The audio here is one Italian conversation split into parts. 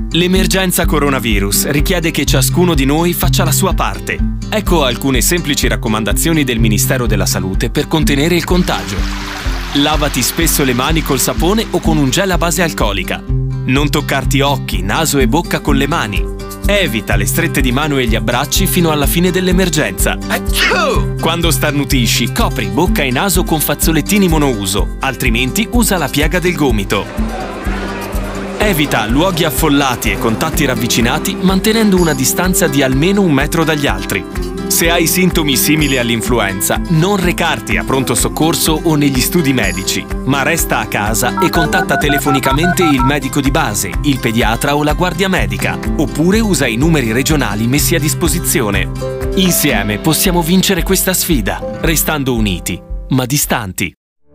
L'emergenza coronavirus richiede che ciascuno di noi faccia la sua parte. Ecco alcune semplici raccomandazioni del Ministero della Salute per contenere il contagio. Lavati spesso le mani col sapone o con un gel a base alcolica. Non toccarti occhi, naso e bocca con le mani. Evita le strette di mano e gli abbracci fino alla fine dell'emergenza. Quando starnutisci, copri bocca e naso con fazzolettini monouso, altrimenti usa la piega del gomito. Evita luoghi affollati e contatti ravvicinati mantenendo una distanza di almeno 1 metro dagli altri. Se hai sintomi simili all'influenza, non recarti a pronto soccorso o negli studi medici, ma resta a casa e contatta telefonicamente il medico di base, il pediatra o la guardia medica, oppure usa i numeri regionali messi a disposizione. Insieme possiamo vincere questa sfida, restando uniti, ma distanti.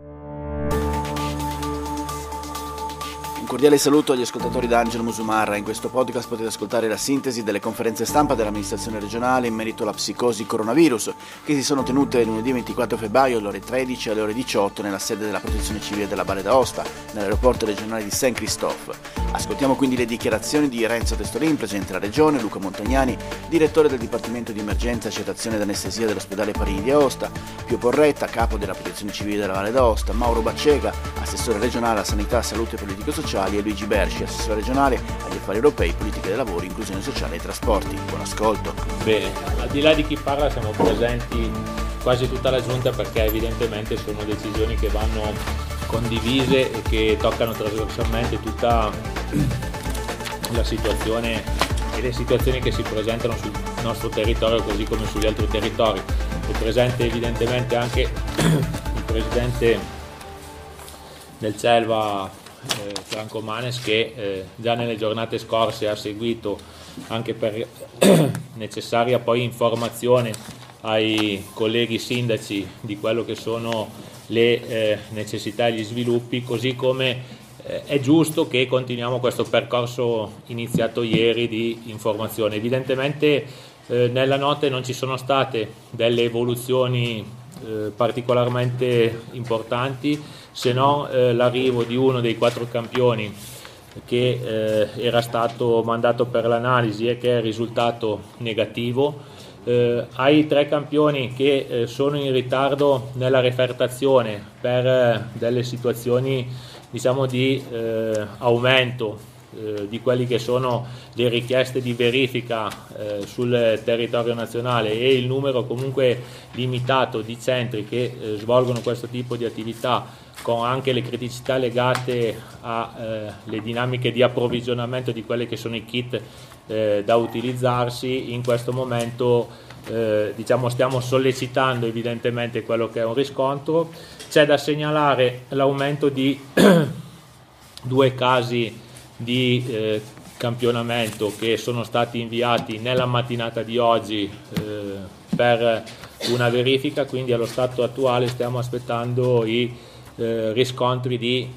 Un cordiale saluto agli ascoltatori da Angelo Musumarra. In questo podcast potete ascoltare la sintesi delle conferenze stampa dell'amministrazione regionale in merito alla psicosi coronavirus, che si sono tenute lunedì 24 febbraio alle ore 13 e alle ore 18 nella sede della Protezione Civile della Valle d'Aosta, nell'aeroporto regionale di Saint-Christophe. Ascoltiamo quindi le dichiarazioni di Renzo Testolin, presidente della regione, Luca Montagnani, direttore del Dipartimento di Emergenza, Accettazione ed Anestesia dell'ospedale Parini di Aosta, Pio Porretta, capo della Protezione Civile della Valle d'Aosta, Mauro Baccega, assessore regionale a Sanità, Salute e Politico Sociali, e Luigi Berci, assessore regionale agli affari europei, politiche del lavoro, inclusione sociale e trasporti. Buon ascolto. Bene, al di là di chi parla siamo presenti quasi tutta la giunta perché evidentemente sono decisioni che vanno condivise e che toccano trasversalmente tutta la situazione e le situazioni che si presentano sul nostro territorio così come sugli altri territori. È presente evidentemente anche il presidente del CELVA Franco Manes, che già nelle giornate scorse ha seguito anche per necessaria poi informazione ai colleghi sindaci di quello che sono le necessità e gli sviluppi, così come è giusto che continuiamo questo percorso iniziato ieri di informazione. Evidentemente nella notte non ci sono state delle evoluzioni particolarmente importanti, se non l'arrivo di uno dei 4 campioni che era stato mandato per l'analisi e che è risultato negativo, ai 3 campioni che sono in ritardo nella refertazione per delle situazioni diciamo di aumento di quelli che sono le richieste di verifica sul territorio nazionale e il numero comunque limitato di centri che svolgono questo tipo di attività, con anche le criticità legate alle dinamiche di approvvigionamento di quelli che sono i kit da utilizzarsi. In questo momento diciamo stiamo sollecitando evidentemente quello che è un riscontro. C'è da segnalare l'aumento di 2 casi di campionamento che sono stati inviati nella mattinata di oggi per una verifica, quindi allo stato attuale stiamo aspettando i riscontri di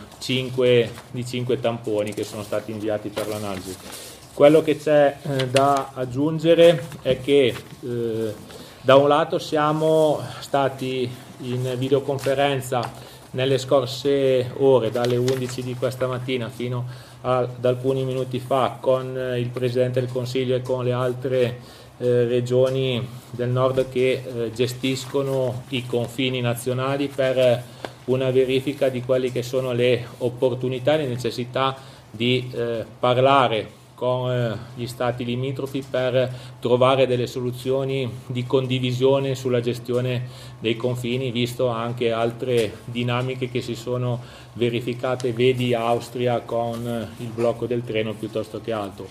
5 tamponi che sono stati inviati per l'analisi. Quello che c'è da aggiungere è che da un lato siamo stati in videoconferenza nelle scorse ore, dalle 11 di questa mattina fino ad alcuni minuti fa, con il Presidente del Consiglio e con le altre regioni del nord che gestiscono i confini nazionali per una verifica di quelle che sono le opportunità e le necessità di parlare con gli stati limitrofi per trovare delle soluzioni di condivisione sulla gestione dei confini, visto anche altre dinamiche che si sono verificate, vedi Austria con il blocco del treno piuttosto che altro.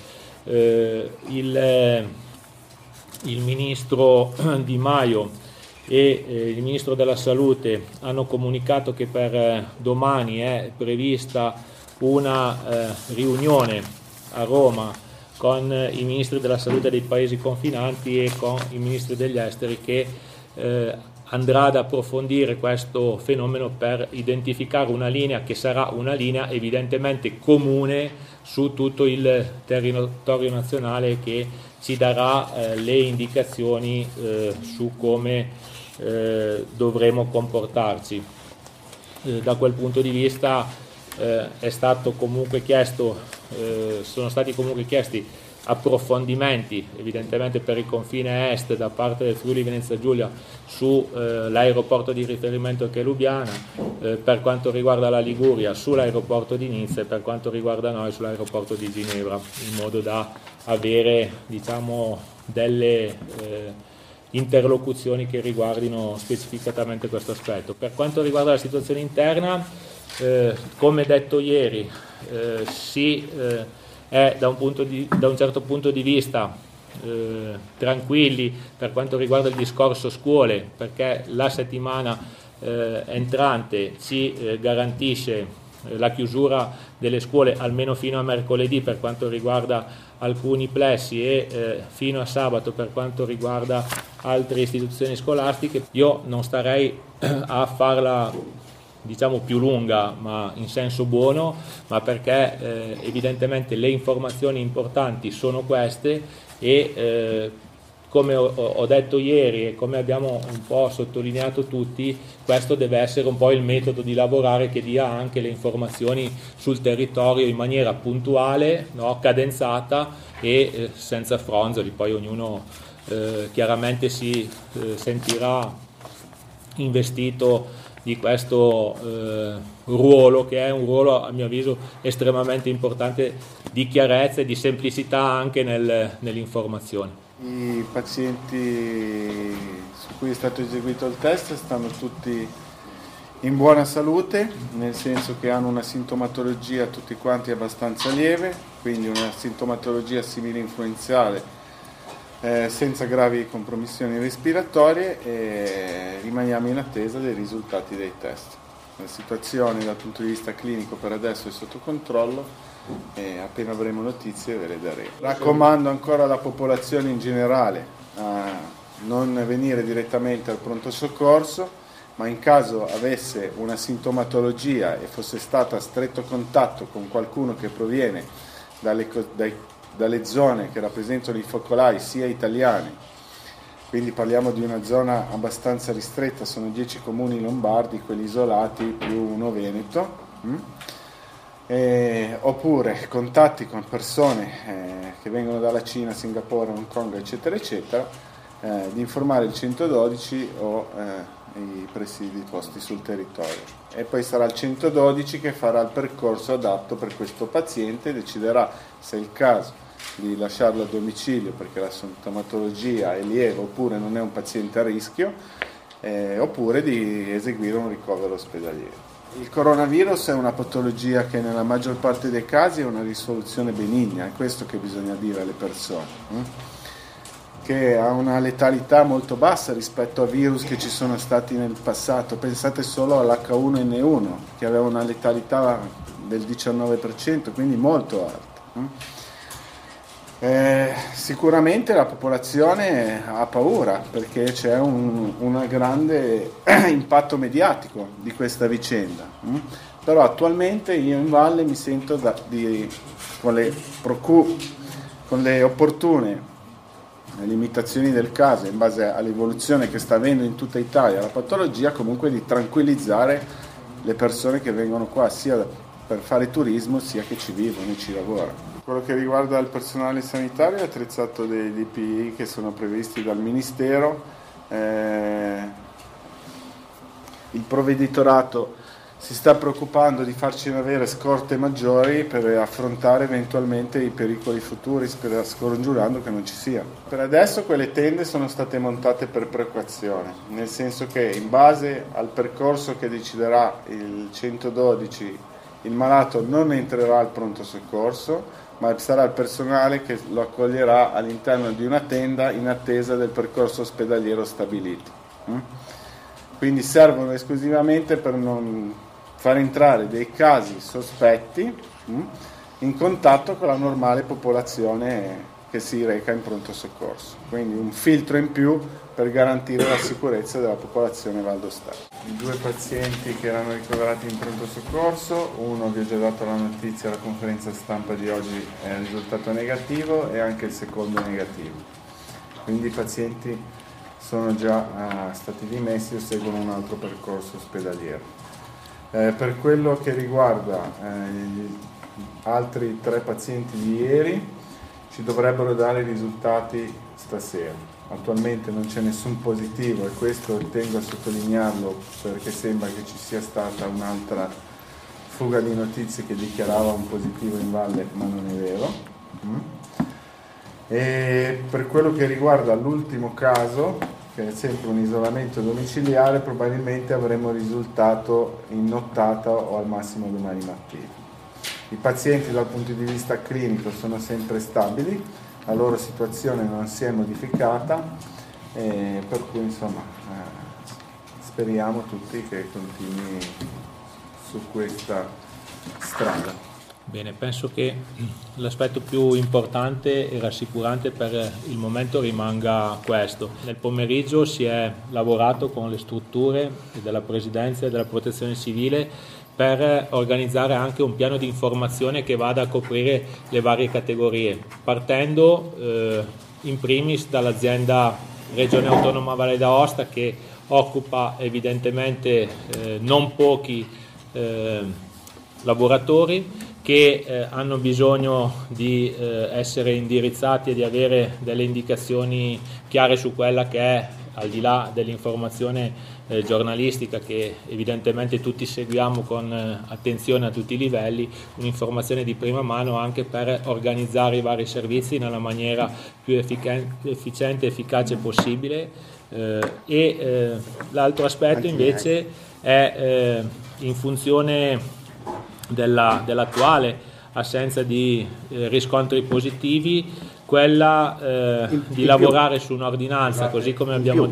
Il ministro Di Maio e il ministro della Salute hanno comunicato che per domani è prevista una riunione a Roma con i ministri della salute dei paesi confinanti e con i ministri degli esteri, che andrà ad approfondire questo fenomeno per identificare una linea che sarà una linea evidentemente comune su tutto il territorio nazionale, che ci darà le indicazioni su come dovremo comportarci. Da quel punto di vista è stato comunque chiesto sono stati comunque chiesti approfondimenti evidentemente per il confine est da parte del Friuli Venezia Giulia su l'aeroporto di riferimento che è Lubiana, per quanto riguarda la Liguria sull'aeroporto di Nizza e per quanto riguarda noi sull'aeroporto di Ginevra, in modo da avere delle interlocuzioni che riguardino specificatamente questo aspetto. Per quanto riguarda la situazione interna, come detto ieri, è da un certo punto di vista tranquilli per quanto riguarda il discorso scuole, perché la settimana entrante ci garantisce la chiusura delle scuole almeno fino a mercoledì per quanto riguarda alcuni plessi e fino a sabato per quanto riguarda altre istituzioni scolastiche. Io non starei a farla più lunga, ma in senso buono, ma perché evidentemente le informazioni importanti sono queste e come ho detto ieri e come abbiamo un po' sottolineato tutti, questo deve essere un po' il metodo di lavorare che dia anche le informazioni sul territorio in maniera puntuale, no? Cadenzata e senza fronzoli. Poi ognuno chiaramente si sentirà investito di questo ruolo, che è un ruolo a mio avviso estremamente importante di chiarezza e di semplicità anche nell'informazione. I pazienti su cui è stato eseguito il test stanno tutti in buona salute, nel senso che hanno una sintomatologia tutti quanti abbastanza lieve, quindi una sintomatologia simile influenzale senza gravi compromissioni respiratorie, e rimaniamo in attesa dei risultati dei test. La situazione dal punto di vista clinico per adesso è sotto controllo e appena avremo notizie ve le daremo. Raccomando ancora alla popolazione in generale a non venire direttamente al pronto soccorso, ma in caso avesse una sintomatologia e fosse stata a stretto contatto con qualcuno che proviene dalle zone che rappresentano i focolai sia italiani, quindi parliamo di una zona abbastanza ristretta, sono 10 comuni lombardi, quelli isolati più uno veneto, oppure contatti con persone che vengono dalla Cina, Singapore, Hong Kong, eccetera eccetera, di informare il 112 o i presidi posti sul territorio, e poi sarà il 112 che farà il percorso adatto per questo paziente, deciderà se è il caso di lasciarlo a domicilio perché la sintomatologia è lieve oppure non è un paziente a rischio, oppure di eseguire un ricovero ospedaliero. Il coronavirus è una patologia che nella maggior parte dei casi è una risoluzione benigna, è questo che bisogna dire alle persone, che ha una letalità molto bassa rispetto a virus che ci sono stati nel passato. Pensate solo all'H1N1 che aveva una letalità del 19%, quindi molto alta. Sicuramente la popolazione ha paura perché c'è un grande impatto mediatico di questa vicenda, però attualmente io in valle mi sento con le opportune limitazioni del caso in base all'evoluzione che sta avendo in tutta Italia la patologia, comunque di tranquillizzare le persone che vengono qua sia per fare turismo sia che ci vivono e ci lavorano. Quello che riguarda il personale sanitario è attrezzato dei DPI che sono previsti dal Ministero. Il provveditorato si sta preoccupando di farci avere scorte maggiori per affrontare eventualmente i pericoli futuri, scongiurando che non ci siano. Per adesso quelle tende sono state montate per precauzione, nel senso che in base al percorso che deciderà il 112 il malato non entrerà al pronto soccorso, ma sarà il personale che lo accoglierà all'interno di una tenda in attesa del percorso ospedaliero stabilito. Quindi servono esclusivamente per non far entrare dei casi sospetti in contatto con la normale popolazione che si reca in pronto soccorso. Quindi un filtro in più per garantire la sicurezza della popolazione valdostana. I 2 pazienti che erano ricoverati in pronto soccorso, uno vi ho già dato la notizia alla conferenza stampa di oggi, è risultato negativo, e anche il secondo è negativo. Quindi i pazienti sono già stati dimessi o seguono un altro percorso ospedaliero. Per quello che riguarda altri 3 pazienti di ieri ci dovrebbero dare i risultati stasera. Attualmente non c'è nessun positivo e questo tengo a sottolinearlo perché sembra che ci sia stata un'altra fuga di notizie che dichiarava un positivo in valle, ma non è vero. E per quello che riguarda l'ultimo caso, che è sempre un isolamento domiciliare, probabilmente avremo il risultato in nottata o al massimo domani mattina. I pazienti dal punto di vista clinico sono sempre stabili, la loro situazione non si è modificata, per cui insomma speriamo tutti che continui su questa strada. Bene, penso che l'aspetto più importante e rassicurante per il momento rimanga questo. Nel pomeriggio si è lavorato con le strutture della Presidenza e della Protezione Civile per organizzare anche un piano di informazione che vada a coprire le varie categorie, partendo in primis dall'azienda Regione Autonoma Valle d'Aosta, che occupa evidentemente non pochi lavoratori che hanno bisogno di essere indirizzati e di avere delle indicazioni chiare su quella che è, al di là dell'informazione giornalistica che evidentemente tutti seguiamo con attenzione a tutti i livelli, un'informazione di prima mano anche per organizzare i vari servizi nella maniera più efficiente e efficace possibile. L'altro aspetto invece è in funzione dell'attuale assenza di riscontri positivi, quella di lavorare su un'ordinanza, così come abbiamo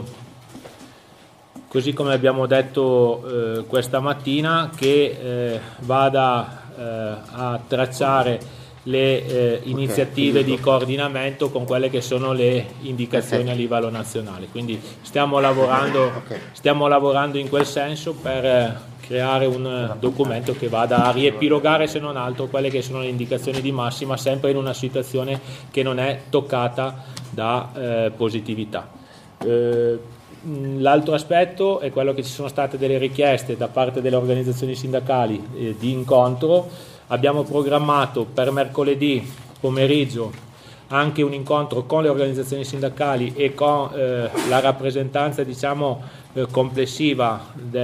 detto questa mattina, che vada a tracciare le iniziative di coordinamento con quelle che sono le indicazioni a livello nazionale. Quindi stiamo lavorando in quel senso per creare un documento che vada a riepilogare, se non altro, quelle che sono le indicazioni di massima, sempre in una situazione che non è toccata da positività. L'altro aspetto è quello che ci sono state delle richieste da parte delle organizzazioni sindacali di incontro. Abbiamo programmato per mercoledì pomeriggio anche un incontro con le organizzazioni sindacali e con la rappresentanza, complessiva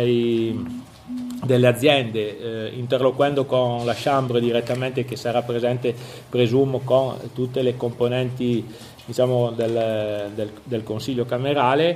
delle aziende, interloquendo con la Chambre direttamente, che sarà presente, presumo, con tutte le componenti del Consiglio camerale,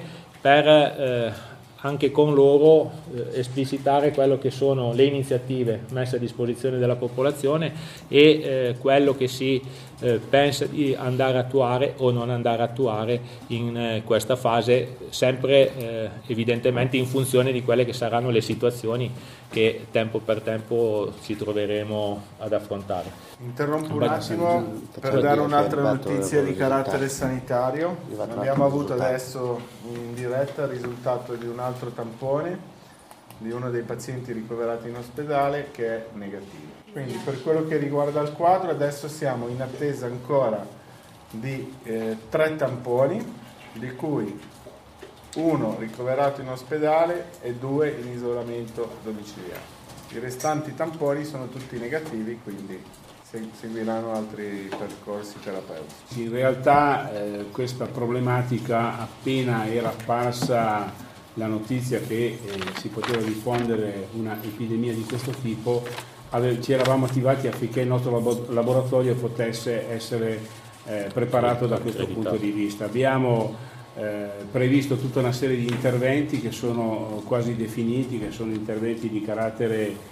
per anche con loro esplicitare quello che sono le iniziative messe a disposizione della popolazione e quello che si pensa di andare a attuare o non andare a attuare in questa fase, sempre evidentemente in funzione di quelle che saranno le situazioni che tempo per tempo ci troveremo ad affrontare. Interrompo un attimo per dare un'altra notizia di carattere sanitario. Abbiamo avuto adesso in diretta il risultato di un altro tampone di uno dei pazienti ricoverati in ospedale che è negativo. Quindi per quello che riguarda il quadro, adesso siamo in attesa ancora di 3 tamponi, di cui 1 ricoverato in ospedale e 2 in isolamento domiciliare. I restanti tamponi sono tutti negativi, quindi seguiranno altri percorsi terapeutici. In realtà questa problematica, appena era apparsa la notizia che si poteva diffondere una epidemia di questo tipo, ci eravamo attivati affinché il nostro laboratorio potesse essere preparato da questo punto di vista. Abbiamo previsto tutta una serie di interventi che sono quasi definiti, che sono interventi di carattere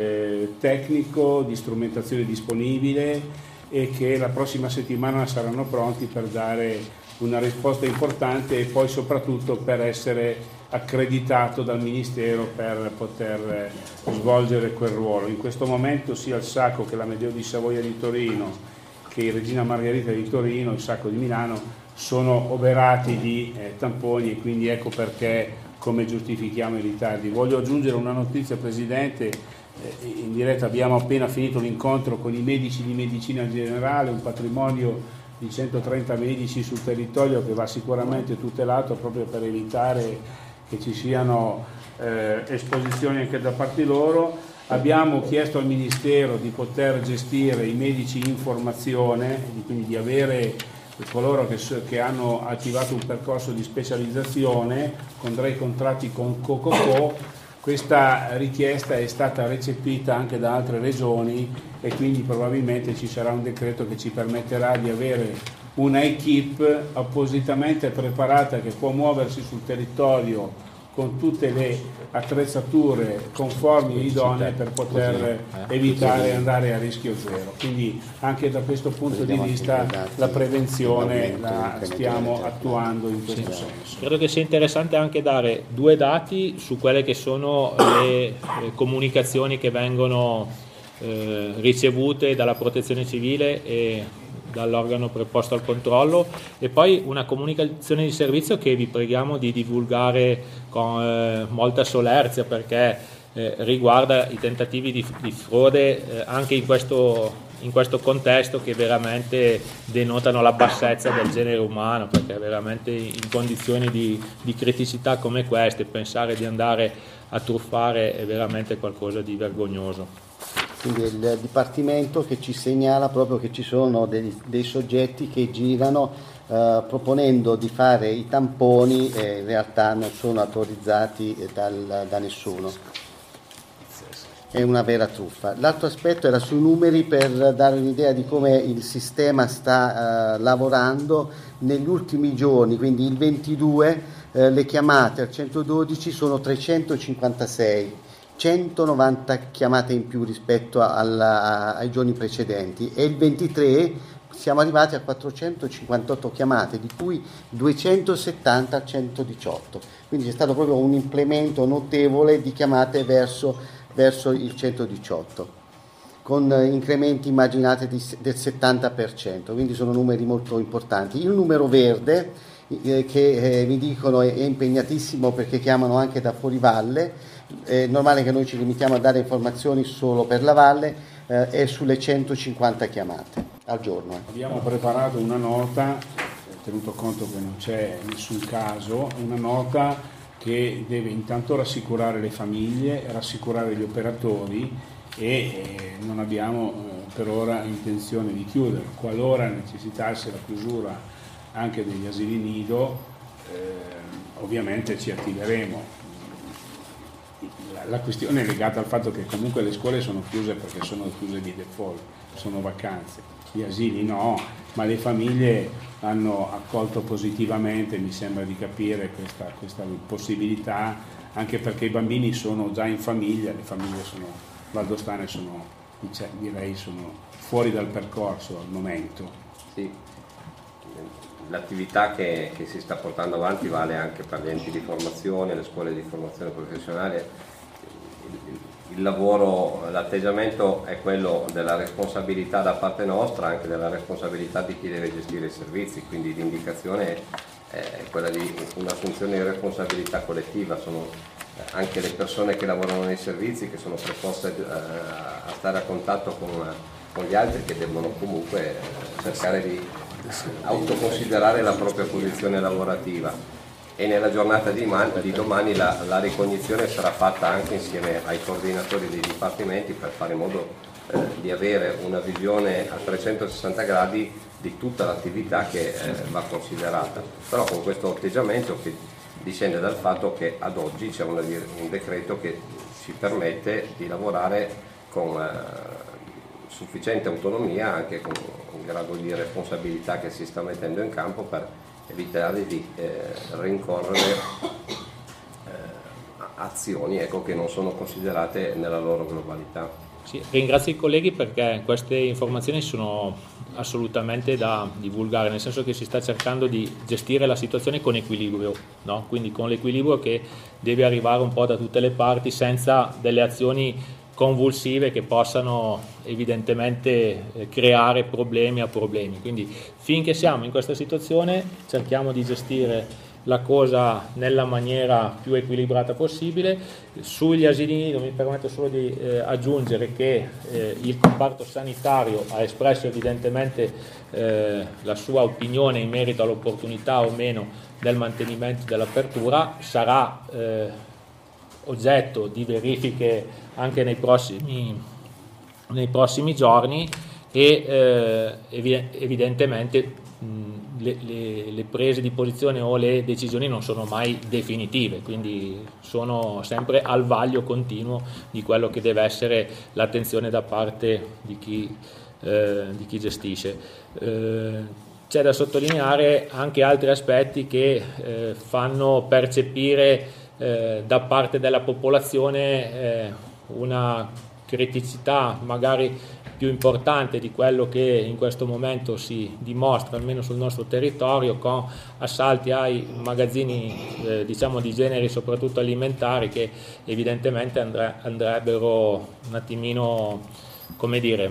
tecnico, di strumentazione disponibile, e che la prossima settimana saranno pronti per dare una risposta importante e poi soprattutto per essere accreditato dal Ministero per poter svolgere quel ruolo. In questo momento sia il Sacco che la Medeo di Savoia di Torino che il Regina Margherita di Torino, il Sacco di Milano, sono oberati di tamponi, e quindi ecco perché come giustifichiamo i ritardi. Voglio aggiungere una notizia, Presidente. In diretta abbiamo appena finito l'incontro con i medici di medicina generale, un patrimonio di 130 medici sul territorio che va sicuramente tutelato proprio per evitare che ci siano esposizioni anche da parte loro. Abbiamo chiesto al Ministero di poter gestire i medici in formazione, quindi di avere coloro che hanno attivato un percorso di specializzazione con dei contratti con Cococo. Questa richiesta è stata recepita anche da altre regioni e quindi probabilmente ci sarà un decreto che ci permetterà di avere una equipe appositamente preparata che può muoversi sul territorio con tutte le attrezzature conformi e idonee per poter evitare di andare a rischio zero. Quindi anche da questo punto di vista la prevenzione la stiamo attuando in questo senso. Credo che sia interessante anche dare 2 dati su quelle che sono le comunicazioni che vengono ricevute dalla Protezione Civile e dall'organo preposto al controllo, e poi una comunicazione di servizio che vi preghiamo di divulgare con molta solerzia, perché riguarda i tentativi di frode anche in questo contesto, che veramente denotano la bassezza del genere umano, perché veramente in condizioni di criticità come queste pensare di andare a truffare è veramente qualcosa di vergognoso. Quindi è il Dipartimento che ci segnala proprio che ci sono dei soggetti che girano proponendo di fare i tamponi e in realtà non sono autorizzati da nessuno. È una vera truffa. L'altro aspetto era sui numeri, per dare un'idea di come il sistema sta lavorando. Negli ultimi giorni, quindi il 22, le chiamate al 112 sono 356. 190 chiamate in più rispetto ai giorni precedenti, e il 23 siamo arrivati a 458 chiamate, di cui 270 al 118, quindi c'è stato proprio un implemento notevole di chiamate verso il 118, con incrementi immaginati del 70%, quindi sono numeri molto importanti. Il numero verde che mi dicono è impegnatissimo perché chiamano anche da fuori valle. È normale che noi ci limitiamo a dare informazioni solo per la valle, è sulle 150 chiamate al giorno. Abbiamo preparato una nota, tenuto conto che non c'è nessun caso, una nota che deve intanto rassicurare le famiglie, rassicurare gli operatori, e non abbiamo per ora intenzione di chiudere. Qualora necessitasse la chiusura anche degli asili nido, ovviamente ci attiveremo. La questione è legata al fatto che comunque le scuole sono chiuse perché sono chiuse di default, sono vacanze, gli asili no, ma le famiglie hanno accolto positivamente, mi sembra di capire, questa possibilità, anche perché i bambini sono già in famiglia, le famiglie valdostane sono fuori dal percorso al momento. Sì. L'attività che si sta portando avanti vale anche per gli enti di formazione, le scuole di formazione professionale. Il lavoro, l'atteggiamento è quello della responsabilità da parte nostra, anche della responsabilità di chi deve gestire i servizi, quindi l'indicazione è quella di un'assunzione di responsabilità collettiva. Sono anche le persone che lavorano nei servizi che sono preposte a stare a contatto con gli altri, che devono comunque cercare di autoconsiderare la propria posizione lavorativa, e nella giornata di domani la ricognizione sarà fatta anche insieme ai coordinatori dei dipartimenti, per fare in modo di avere una visione a 360 gradi di tutta l'attività che va considerata, però con questo atteggiamento che discende dal fatto che ad oggi c'è un decreto che ci permette di lavorare con sufficiente autonomia, anche con un grado di responsabilità che si sta mettendo in campo per evitare di rincorrere azioni che non sono considerate nella loro globalità. Sì, ringrazio i colleghi perché queste informazioni sono assolutamente da divulgare, nel senso che si sta cercando di gestire la situazione con equilibrio, no? Quindi con l'equilibrio che deve arrivare un po' da tutte le parti, senza delle azioni convulsive che possano evidentemente creare problemi a problemi. Quindi finché siamo in questa situazione cerchiamo di gestire la cosa nella maniera più equilibrata possibile. Sugli asili nido mi permetto solo di aggiungere che il comparto sanitario ha espresso evidentemente la sua opinione in merito all'opportunità o meno del mantenimento dell'apertura. Sarà oggetto di verifiche anche nei prossimi giorni, e evidentemente le prese di posizione o le decisioni non sono mai definitive, quindi sono sempre al vaglio continuo di quello che deve essere l'attenzione da parte di chi gestisce. C'è da sottolineare anche altri aspetti che fanno percepire da parte della popolazione una criticità magari più importante di quello che in questo momento si dimostra almeno sul nostro territorio, con assalti ai magazzini diciamo di generi soprattutto alimentari, che evidentemente andrebbero un attimino, come dire,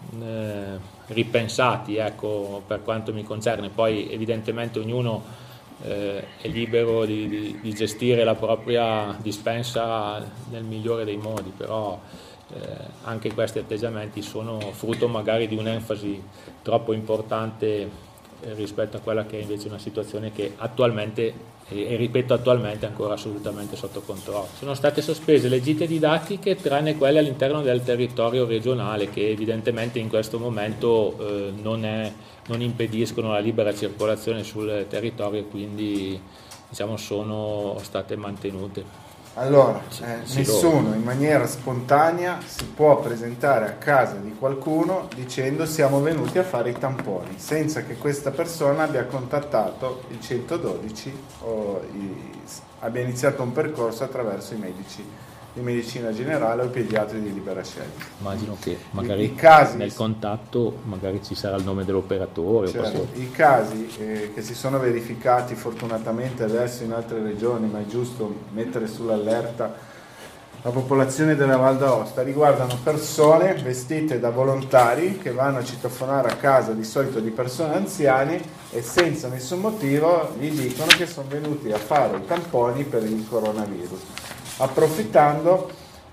ripensati, ecco, per quanto mi concerne. Poi evidentemente ognuno è libero di gestire la propria dispensa nel migliore dei modi, però anche questi atteggiamenti sono frutto magari di un'enfasi troppo importante rispetto a quella che è invece una situazione che attualmente, e ripeto attualmente, è ancora assolutamente sotto controllo. Sono state sospese le gite didattiche tranne quelle all'interno del territorio regionale, che evidentemente in questo momento non impediscono la libera circolazione sul territorio, e quindi diciamo sono state mantenute. Allora, nessuno in maniera spontanea si può presentare a casa di qualcuno dicendo siamo venuti a fare i tamponi, senza che questa persona abbia contattato il 112 o abbia iniziato un percorso attraverso i medici di medicina generale o i pediatri di libera scelta. Immagino che magari i casi, nel contatto magari ci sarà il nome dell'operatore. Certo, i casi che si sono verificati fortunatamente adesso in altre regioni, ma è giusto mettere sull'allerta la popolazione della Val d'Aosta, riguardano persone vestite da volontari che vanno a citofonare a casa di solito di persone anziane e senza nessun motivo gli dicono che sono venuti a fare i tamponi per il coronavirus, approfittando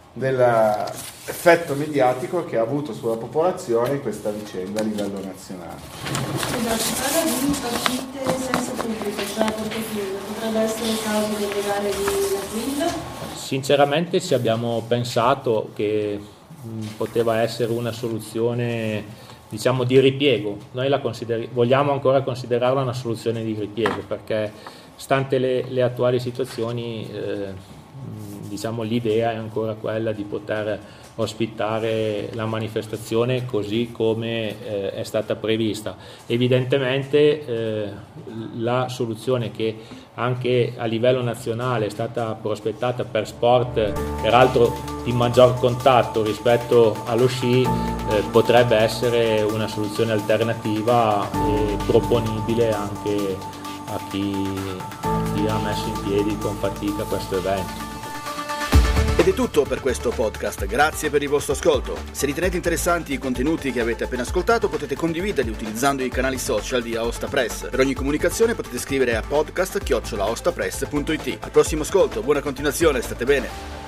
dell'effetto mediatico che ha avuto sulla popolazione questa vicenda a livello nazionale. Si parla di partite senza pubblico, cioè perché potrebbe essere causa delle gare di Laquilla? Sinceramente ci abbiamo pensato che poteva essere una soluzione, diciamo, di ripiego. Noi vogliamo ancora considerarla una soluzione di ripiego, perché stante le attuali situazioni diciamo l'idea è ancora quella di poter ospitare la manifestazione così come è stata prevista. Evidentemente la soluzione che anche a livello nazionale è stata prospettata per sport peraltro di maggior contatto rispetto allo sci potrebbe essere una soluzione alternativa e proponibile anche a chi ha messo in piedi con fatica questo evento. Ed è tutto per questo podcast, grazie per il vostro ascolto. Se ritenete interessanti i contenuti che avete appena ascoltato potete condividerli utilizzando i canali social di Aosta Press. Per ogni comunicazione potete scrivere a podcast@aostapress.it. Al prossimo ascolto, buona continuazione, state bene!